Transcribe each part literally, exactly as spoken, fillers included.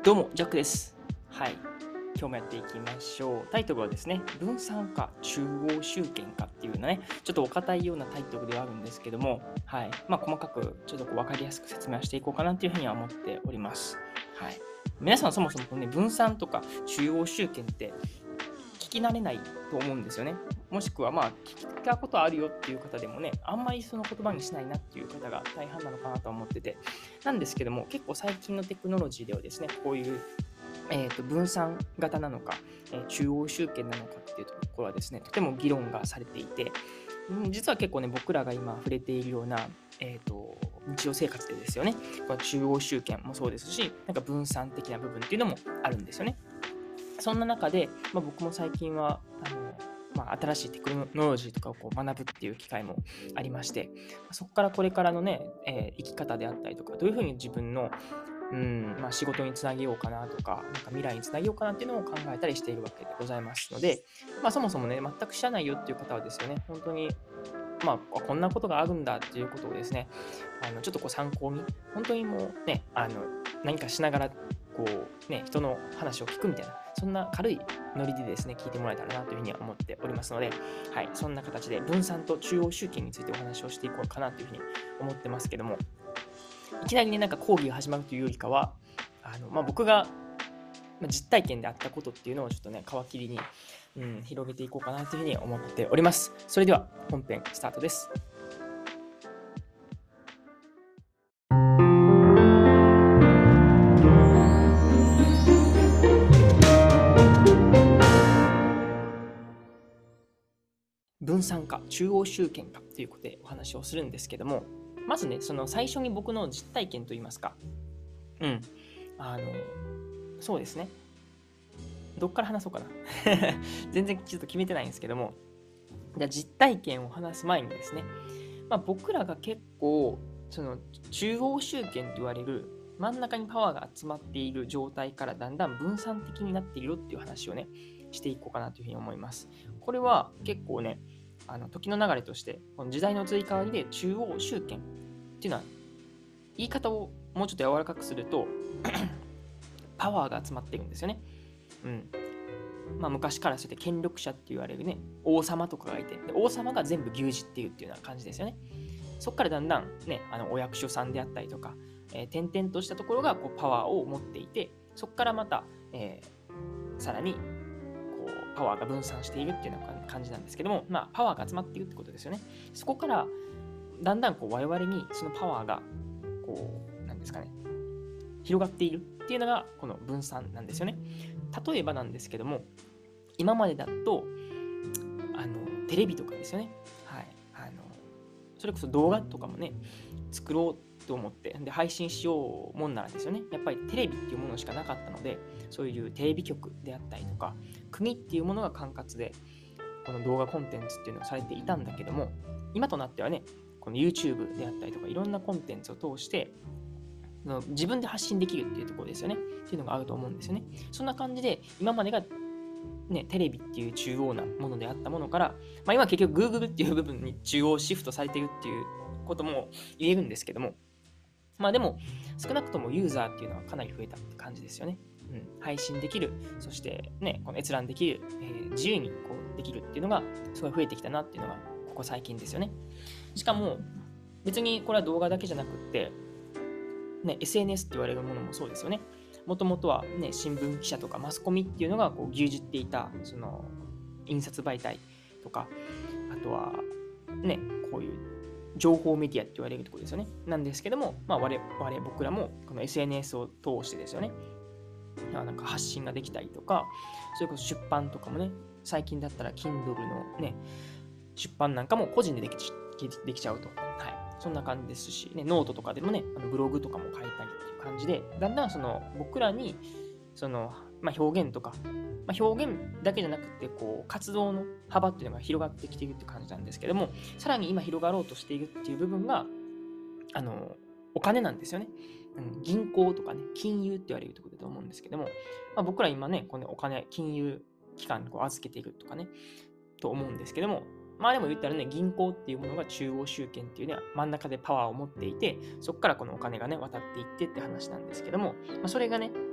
どうも、ジャックです。はい。今日もやっていきましょう。タイトルはですね、分散か中央集権かっていうね、ちょっとお堅いようなタイトルではあるんですけども、はい。まあ、細かくちょっとこう分かりやすく説明していこうかなというふうには思っております。はい。皆さんそもそもこのね、分散とか中央集権って聞き慣れないと思うんですよね。もしくはまあ聞いたことあるよっていう方でもね、あんまりその言葉にしないなっていう方が大半なのかなと思ってて、なんですけども、結構最近のテクノロジーではですね、こういう、えー、と分散型なのか、えー中央集権なのかっていうところはですね、とても議論がされていて、うん実は結構ね、僕らが今触れているような、えー、と日常生活でですよね、この中央集権もそうですし、なんか分散的な部分っていうのもあるんですよね。そんな中で、まあ、僕も最近はあの、まあ、新しいテクノロジーとかをこう学ぶっていう機会もありまして、そこからこれからのね、えー生き方であったりとか、どういうふうに自分の、うんまあ、仕事につなげようかなとか、なんか未来につなげようかなっていうのを考えたりしているわけでございますので、まあ、そもそもね、全く知らないよっていう方はですよね、本当に、まあ、あこんなことがあるんだっていうことをですね、あのちょっとこう参考に、本当にもうね、あの何かしながら、こうね、人の話を聞くみたいな、そんな軽いノリでですね、聞いてもらえたらなというふうには思っておりますので、はい、そんな形で分散と中央集権についてお話をしていこうかなというふうに思ってますけども、いきなりね、なんか講義が始まるというよりかは、あのまあ、僕がまあ実体験であったことっていうのをちょっとね、皮切りに、うん、広げていこうかなというふうに思っております。それでは本編スタートです。分散か中央集権かということでお話をするんですけども、まずね、その最初に僕の実体験といいますか、うん、あの、そうですね、どっから話そうかな。全然ちょっと決めてないんですけども、じゃあ実体験を話す前にですね、まあ、僕らが結構、その中央集権と言われる真ん中にパワーが集まっている状態からだんだん分散的になっているよっていう話をね、していこうかなというふうに思います。これは結構ね、あの時の流れとして、この時代の移り変わりで中央集権っていうのは、言い方をもうちょっと柔らかくすると、パワーが集まっているんですよね。うん。まあ、昔からそうやって権力者って言われるね、王様とかがいて、で王様が全部牛耳っているっていうような感じですよね。そこからだんだんね、あのお役所さんであったりとか、えー点々としたところがこうパワーを持っていて、そこからまた、えーさらにこうパワーが分散しているっていうような感じなんですけども、まあ、パワーが集まっているってことですよね。そこからだんだんこう我々にそのパワーがこう、なんですかね、広がっているっていうのがこの分散なんですよね。例えばなんですけども、今までだとあのテレビとかですよね。はい。あのそれこそ動画とかもね、作ろうと思ってで配信しようもんならですよね。やっぱりテレビっていうものしかなかったので、そういうテレビ局であったりとか、国っていうものが管轄でこの動画コンテンツっていうのをされていたんだけども、今となってはね、この YouTube であったりとかいろんなコンテンツを通しての自分で発信できるっていうところですよね。っていうのがあると思うんですよね。そんな感じで今までがね、テレビっていう中央なものであったものから、まあ、今結局 Google っていう部分に中央シフトされているっていうことも言えるんですけども、まあでも少なくともユーザーっていうのはかなり増えたって感じですよね。うん、配信できる、そしてね、この閲覧できる、えー自由にこうできるっていうのがすごい増えてきたなっていうのがここ最近ですよね。しかも別にこれは動画だけじゃなくって、ね、エスエヌエス って言われるものもそうですよね。もともとは、ね、新聞記者とかマスコミっていうのがこう牛耳っていたその印刷媒体とか、あとは、ね、こういう情報メディアって言われるところですよね。なんですけども、まあ、我々僕らもこの エスエヌエス を通してですよね、なんか発信ができたりとか、それこそ出版とかもね、最近だったら Kindle のね、出版なんかも個人でできできちゃうと。はい。そんな感じですし、ね、ノートとかでもね、あのブログとかも書いたりっていう感じで、だんだんその僕らに、その、まあ、表現とか、まあ、表現だけじゃなくて、こう、活動の幅っていうのが広がってきているって感じなんですけども、さらに今広がろうとしているっていう部分が、あの、お金なんですよね。うん、銀行とかね、金融って言われるところだと思うんですけども、まあ、僕ら今ね、このお金、金融機関にこう預けているとかね、と思うんですけども、まあでも言ったらね、銀行っていうものが中央集権っていうね、真ん中でパワーを持っていて、そこからこのお金がね、渡っていってって話なんですけども、まあ、それがね、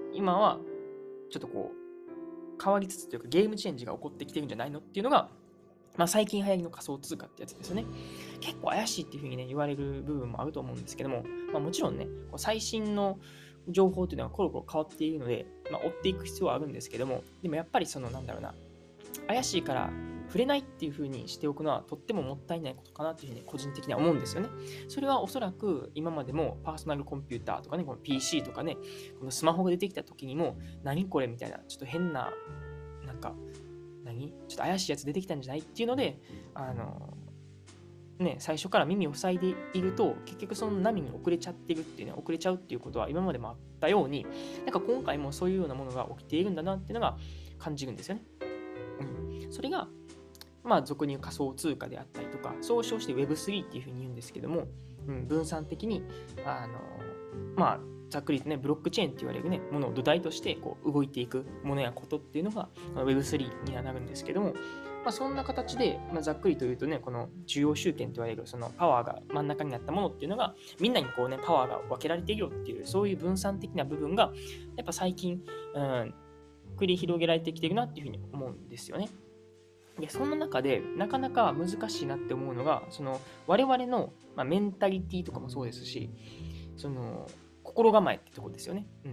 今はちょっとこう変わりつつというかゲームチェンジが起こってきてるんじゃないのっていうのが、まあ、最近流行りの仮想通貨ってやつですよね。結構怪しいっていうふうにね言われる部分もあると思うんですけども、まあ、もちろんねこう最新の情報っていうのはコロコロ変わっているので、まあ、追っていく必要はあるんですけども、でもやっぱりそのなんだろうな、怪しいから触れないっていう風にしておくのはとってももったいないことかなっていうふうに個人的には思うんですよね。それはおそらく今までもパーソナルコンピューターとかね、この ピーシー とかね、このスマホが出てきた時にも、何これみたいな、ちょっと変な、なんか、何ちょっと怪しいやつ出てきたんじゃないっていうので、あの、ね、最初から耳を塞いでいると、結局その波に遅れちゃってるっていうね、遅れちゃうっていうことは今までもあったように、なんか今回もそういうようなものが起きているんだなっていうのが感じるんですよね。うん、それが、まあ、俗に言う仮想通貨であったりとか、総称して ウェブスリー っていうふうに言うんですけども、うん、分散的に、あの、まあ、ざっくりとね、ブロックチェーンって言われるね、ものを土台としてこう動いていくものやことっていうのが ウェブスリー にはなるんですけども、まあ、そんな形で、まあ、ざっくりと言うとね、この中央集権と言われるそのパワーが真ん中になったものっていうのが、みんなにこうね、パワーが分けられているよっていう、そういう分散的な部分が、やっぱ最近、うん、繰り広げられてきてるなっていうふうに思うんですよね。でそんな中でなかなか難しいなって思うのが、その我々の、まあ、メンタリティとかもそうですし、その心構えってところですよね。うん、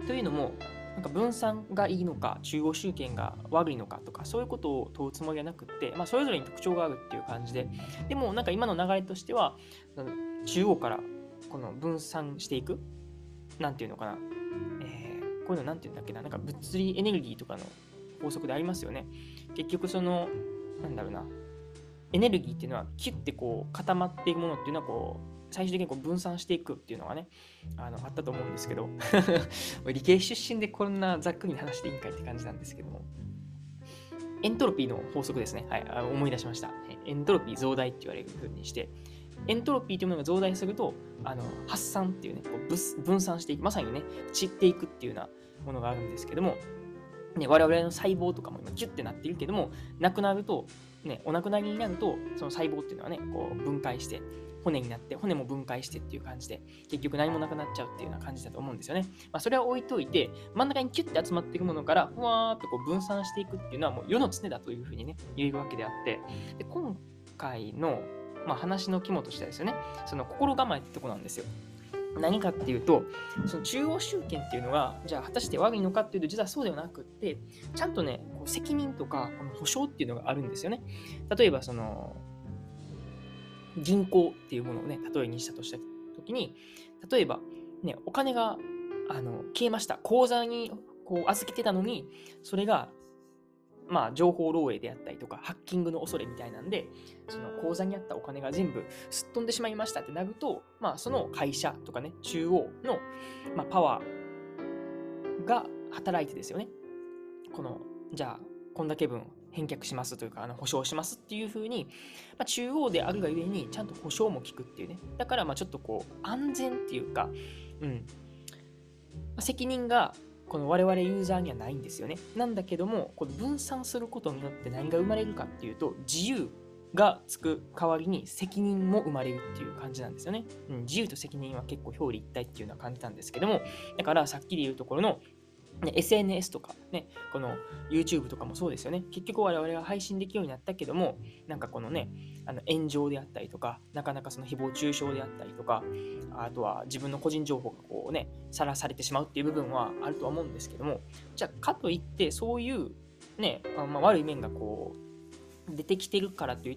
というのも、なんか分散がいいのか、中央集権が悪いのかとか、そういうことを問うつもりはなくって、まあ、それぞれに特徴があるっていう感じで、でもなんか今の流れとしては、中央からこの分散していく、なんていうのかな、えー、こういうのなんていうんだっけな、なんか物理エネルギーとかの法則でありますよね。結局そのなんだろうな、エネルギーっていうのはキュッてこう固まっていくものっていうのはこう最終的にこう分散していくっていうのがね、あのあったと思うんですけど理系出身でこんなざっくり話していいんかいって感じなんですけども、エントロピーの法則ですね。はい、あ思い出しました。エントロピー増大って言われる風にして、エントロピーというものが増大すると、あの発散っていうね、こう分散していく、まさにね、散っていくっていうようなものがあるんですけども、ね、我々の細胞とかも今キュッてなっているけども、なくなると、ね、お亡くなりになると、その細胞っていうのはね、こう分解して、骨になって、骨も分解してっていう感じで、結局何もなくなっちゃうっていうような感じだと思うんですよね。まあ、それは置いといて、真ん中にキュッて集まっていくものから、ふわーっとこう分散していくっていうのは、もう世の常だというふうにね、言えるわけであって、で今回の、まあ、話の肝としてはですよね、その心構えってとこなんですよ。何かっていうと、その中央集権っていうのが、じゃあ果たして悪いのかっていうと、実はそうではなくって、ちゃんとね、こう責任とかこの保証っていうのがあるんですよね。例えば、その、銀行っていうものをね、例えにしたとしたときに、例えば、ね、お金があの消えました。口座にこう預けてたのに、それがまあ、情報漏洩であったりとか、ハッキングの恐れみたいなんで、その口座にあったお金が全部すっ飛んでしまいましたってなると、まあ、その会社とかね、中央の、まあ、パワーが働いてですよね。この、じゃあ、こんだけ分返却しますというか、あの保証しますっていう風に、まあ、中央であるがゆえに、ちゃんと保証も効くっていうね。だから、まあ、ちょっとこう、安全っていうか、うん、責任がこの我々ユーザーにはないんですよね。なんだけども、この分散することによって何が生まれるかっていうと、自由がつく代わりに責任も生まれるっていう感じなんですよね。うん、自由と責任は結構表裏一体っていうような感じなんですけども、だからさっきで言うところのね、エスエヌエス とか、ね、この YouTube とかもそうですよね。結局我々が配信できるようになったけども、なんかこのね、あの炎上であったりとか、なかなかその誹謗中傷であったりとか、あとは自分の個人情報がこうね、さらされてしまうっていう部分はあるとは思うんですけども、じゃあかといってそういうね、あまあ、悪い面がこう出てきてるからといって、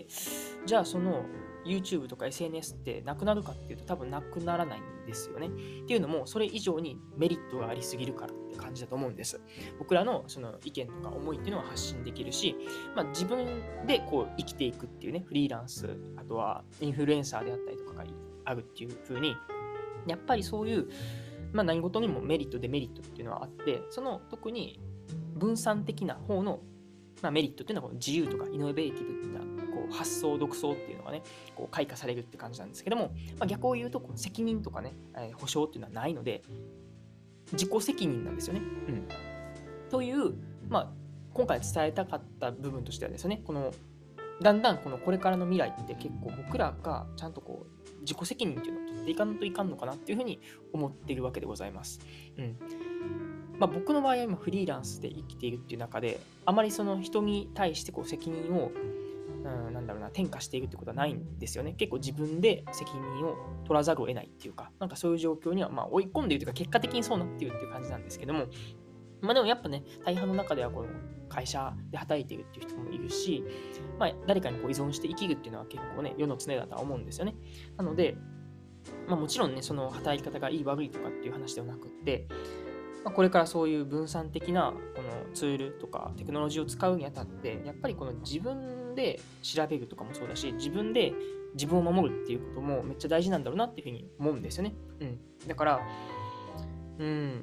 じゃあその YouTube とか エスエヌエス ってなくなるかっていうと多分なくならないんですよね。っていうのもそれ以上にメリットがありすぎるからって感じだと思うんです。僕らのその意見とか思いっていうのは発信できるし、まあ、自分でこう生きていくっていうね、フリーランス、あとはインフルエンサーであったりとかがあるっていう風に、やっぱりそういう、まあ、何事にもメリットデメリットっていうのはあって、その特に分散的な方のまあ、メリットっていうのはこの自由とかイノベーティブなこう発想独創っていうのがねこう開花されるって感じなんですけども、まあ、逆を言うとこの責任とかね、えー、保証っていうのはないので自己責任なんですよね。うん、という、まあ、今回伝えたかった部分としてはですね、このだんだんこのこれからの未来って結構僕らがちゃんとこう自己責任っていうのを取っていかんといかんのかなっていうふうに思っているわけでございます。うん。まあ、僕の場合は今フリーランスで生きているっていう中で、あまりその人に対してこう責任を、うん、なんだろうな、転嫁しているってことはないんですよね。結構自分で責任を取らざるを得ないっていうか、なんかそういう状況にはまあ追い込んでいるというか、結果的にそうなっているっていう感じなんですけども、まあでもやっぱね、大半の中ではこの会社で働いているっていう人もいるし、まあ誰かにこう依存して生きるっていうのは結構ね、世の常だとは思うんですよね。なので、まあもちろんね、その働き方がいい悪いとかっていう話ではなくって、まあ、これからそういう分散的なこのツールとかテクノロジーを使うにあたって、やっぱりこの自分で調べるとかもそうだし、自分で自分を守るっていうこともめっちゃ大事なんだろうなっていうふうに思うんですよね。うん。だから、うん、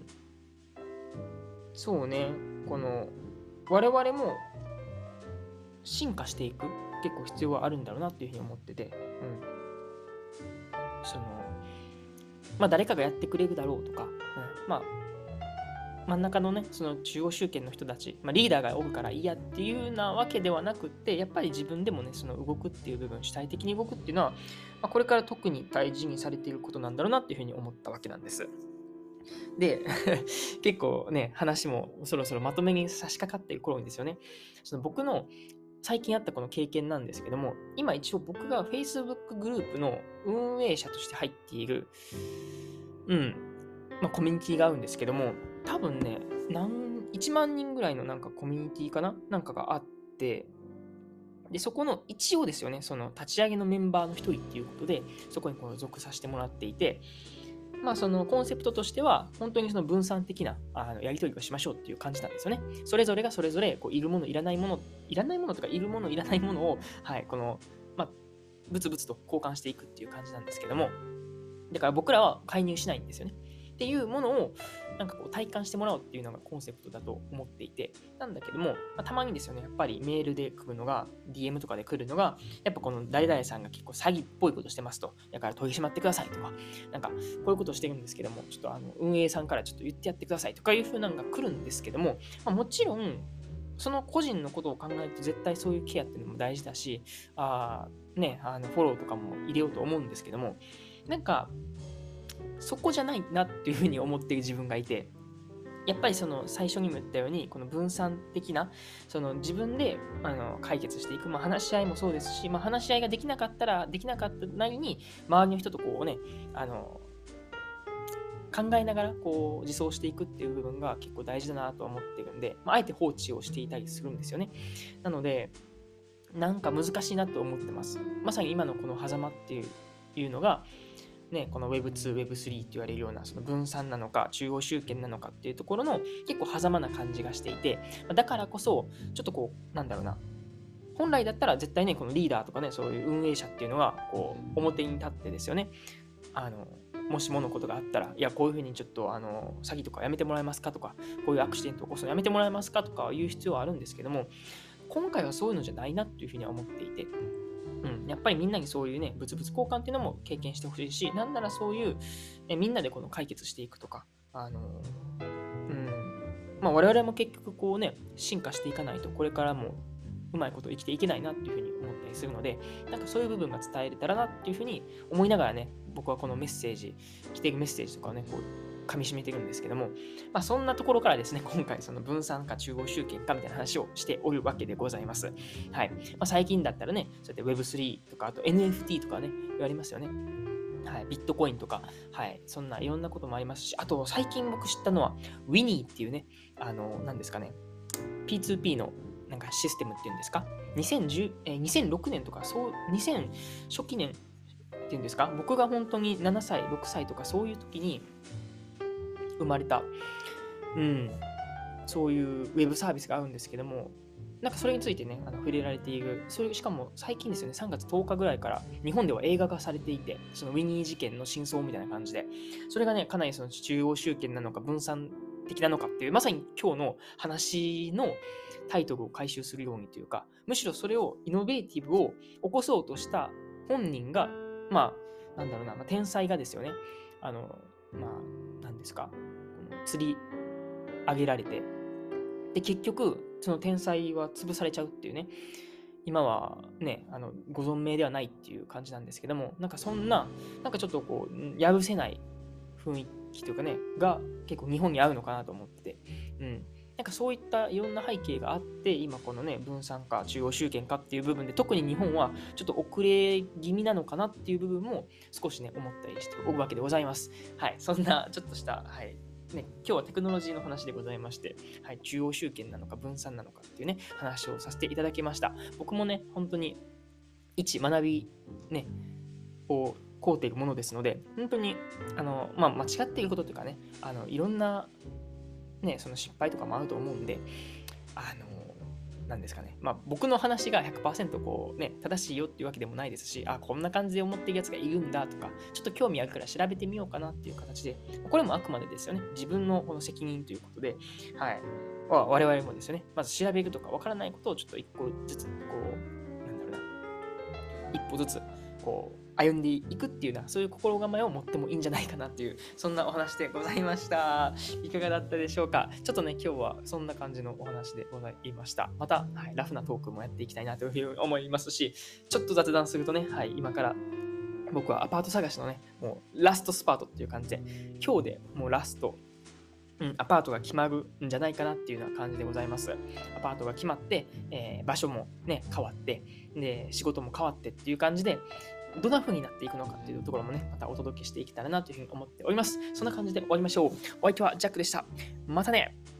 そうね、この我々も進化していく結構必要はあるんだろうなっていうふうに思ってて、うん。その、まあ誰かがやってくれるだろうとか、うん、まあ真ん中のね、その中央集権の人たち、まあ、リーダーがおるからいいやっていうようなわけではなくって、やっぱり自分でもね、その動くっていう部分、主体的に動くっていうのは、まあ、これから特に大事にされていることなんだろうなっていうふうに思ったわけなんです。で、結構ね、話もそろそろまとめに差し掛かっている頃にですよね、その僕の最近あったこの経験なんですけども、今一応僕が Facebook グループの運営者として入っている、うん、まあ、コミュニティがあるんですけども、多分ね、何、いちまん人ぐらいのなんかコミュニティかななんかがあって、で、そこの一応ですよね、その立ち上げのメンバーの一人っていうことで、そこにこう属させてもらっていて、まあそのコンセプトとしては、本当にその分散的なあのやり取りをしましょうっていう感じなんですよね。それぞれがそれぞれこういるもの、いらないもの、いらないものとかいるもの、いらないものを、はい、この、まあ、ブツブツと交換していくっていう感じなんですけども、だから僕らは介入しないんですよね。っていうものをなんかこう体感してもらおうっていうのがコンセプトだと思っていて、なんだけども、まあ、たまにですよね、やっぱりメールで来るのが、ディーエム とかで来るのが、やっぱこの誰々さんが結構詐欺っぽいことしてますと、だから取り締まってくださいとか、なんかこういうことをしてるんですけども、ちょっとあの運営さんからちょっと言ってやってくださいとかいう風なのが来るんですけども、まあ、もちろん、その個人のことを考えると絶対そういうケアっていうのも大事だし、あね、あのフォローとかも入れようと思うんですけども、なんかそこじゃないなっていうふうに思っている自分がいて、やっぱりその最初にも言ったように、この分散的な、その自分であの解決していく、まあ、話し合いもそうですし、まあ、話し合いができなかったら、できなかったなりに、周りの人とこうね、あの考えながらこう自走していくっていう部分が結構大事だなとは思ってるんで、まあ、あえて放置をしていたりするんですよね。なので、なんか難しいなと思ってます。まさに今のこの狭間っていういうのが、ね、この ウェブツー、ウェブスリー って言われるようなその分散なのか中央集権なのかっていうところの結構狭間な感じがしていて、だからこそちょっとこうなんだろうな、本来だったら絶対ねこのリーダーとかねそういう運営者っていうのがこう表に立ってですよね、あのもしものことがあったら、いやこういうふうにちょっとあの詐欺とかやめてもらえますかとか、こういうアクシデントを起こすのやめてもらえますかとか言う必要はあるんですけども、今回はそういうのじゃないなっていうふうには思っていて、うん、やっぱりみんなにそういうね、物々交換っていうのも経験してほしいし、なんならそういうえみんなでこの解決していくとか、あのうん、まあ我々も結局こうね、進化していかないと、これからもうまいこと生きていけないなっていうふうに思ったりするので、なんかそういう部分が伝えれたらなっていうふうに思いながらね、僕はこのメッセージ、来ているメッセージとかをね、こう噛み締めてるんですけども、まあ、そんなところからですね、今回その分散か中央集権かみたいな話をしておるわけでございます。はい。まあ、最近だったらね、そうやって ウェブスリー とか、あと エヌエフティー とかね、言われますよね。はい、ビットコインとか、はい、そんないろんなこともありますし、あと最近僕知ったのは ウィニー っていうね、あの、何ですかね、ピーツーピー のなんかシステムっていうんですか、にせんじゅうえーにせんろくねんとか、そう、にせん初期年っていうんですか、僕が本当にななさい、ろくさいとかそういう時に生まれた、うん、そういうウェブサービスがあるんですけども、なんかそれについてね、あの触れられている、それしかも最近ですよね、さんがつとおかぐらいから日本では映画化されていて、そのウィニー事件の真相みたいな感じで、それがね、かなりその中央集権なのか分散的なのかっていう、まさに今日の話のタイトルを回収するようにというか、むしろそれをイノベーティブを起こそうとした本人が、まあ、なんだろうな、まあ、天才がですよね、あの、まあ、なんですか、この釣り上げられて、で、結局、その天才は潰されちゃうっていうね。 今はね、あのご存命ではないっていう感じなんですけども、なんかそんな、なんかちょっとこう、やるせない雰囲気というかね、が結構日本に合うのかなと思ってて、うん。なんかそういったいろんな背景があって、今このね、分散化、中央集権化っていう部分で、特に日本はちょっと遅れ気味なのかなっていう部分も少しね、思ったりしておるわけでございます。はい。そんなちょっとした、はい。ね、今日はテクノロジーの話でございまして、はい、中央集権なのか分散なのかっていうね、話をさせていただきました。僕もね、本当に一学び、ね、を請うているものですので、本当に、あの、まあ、間違っていることというかね、あの、いろんな、ね、その失敗とかもあると思うんで、あの、なんですかね、まあ、僕の話がひゃくパーセントこうね、正しいよっていうわけでもないですし、あ、こんな感じで思ってるやつがいるんだとか、ちょっと興味あるから調べてみようかなっていう形で、これもあくまでですよね、自分のこの責任ということで、はい、ま我々もですよね、まず調べるとかわからないことをちょっと一個ずつ、こう、なんだろうな、一歩ずつ、こう、歩んでいくっていうような、そういう心構えを持ってもいいんじゃないかなっていう、そんなお話でございました。いかがだったでしょうか。ちょっとね、今日はそんな感じのお話でございました。また、はい、ラフなトークもやっていきたいなというふうに思いますし、ちょっと雑談するとね、はい、今から僕はアパート探しのね、もうラストスパートっていう感じで、今日でもうラスト、うん、アパートが決まるんじゃないかなっていうような感じでございます。アパートが決まって、えー場所もね、変わって、で、仕事も変わってっていう感じで、どんな風になっていくのかっていうところもね、またお届けしていけたらなというふうに思っております。そんな感じで終わりましょう。お相手はジャックでした。またね。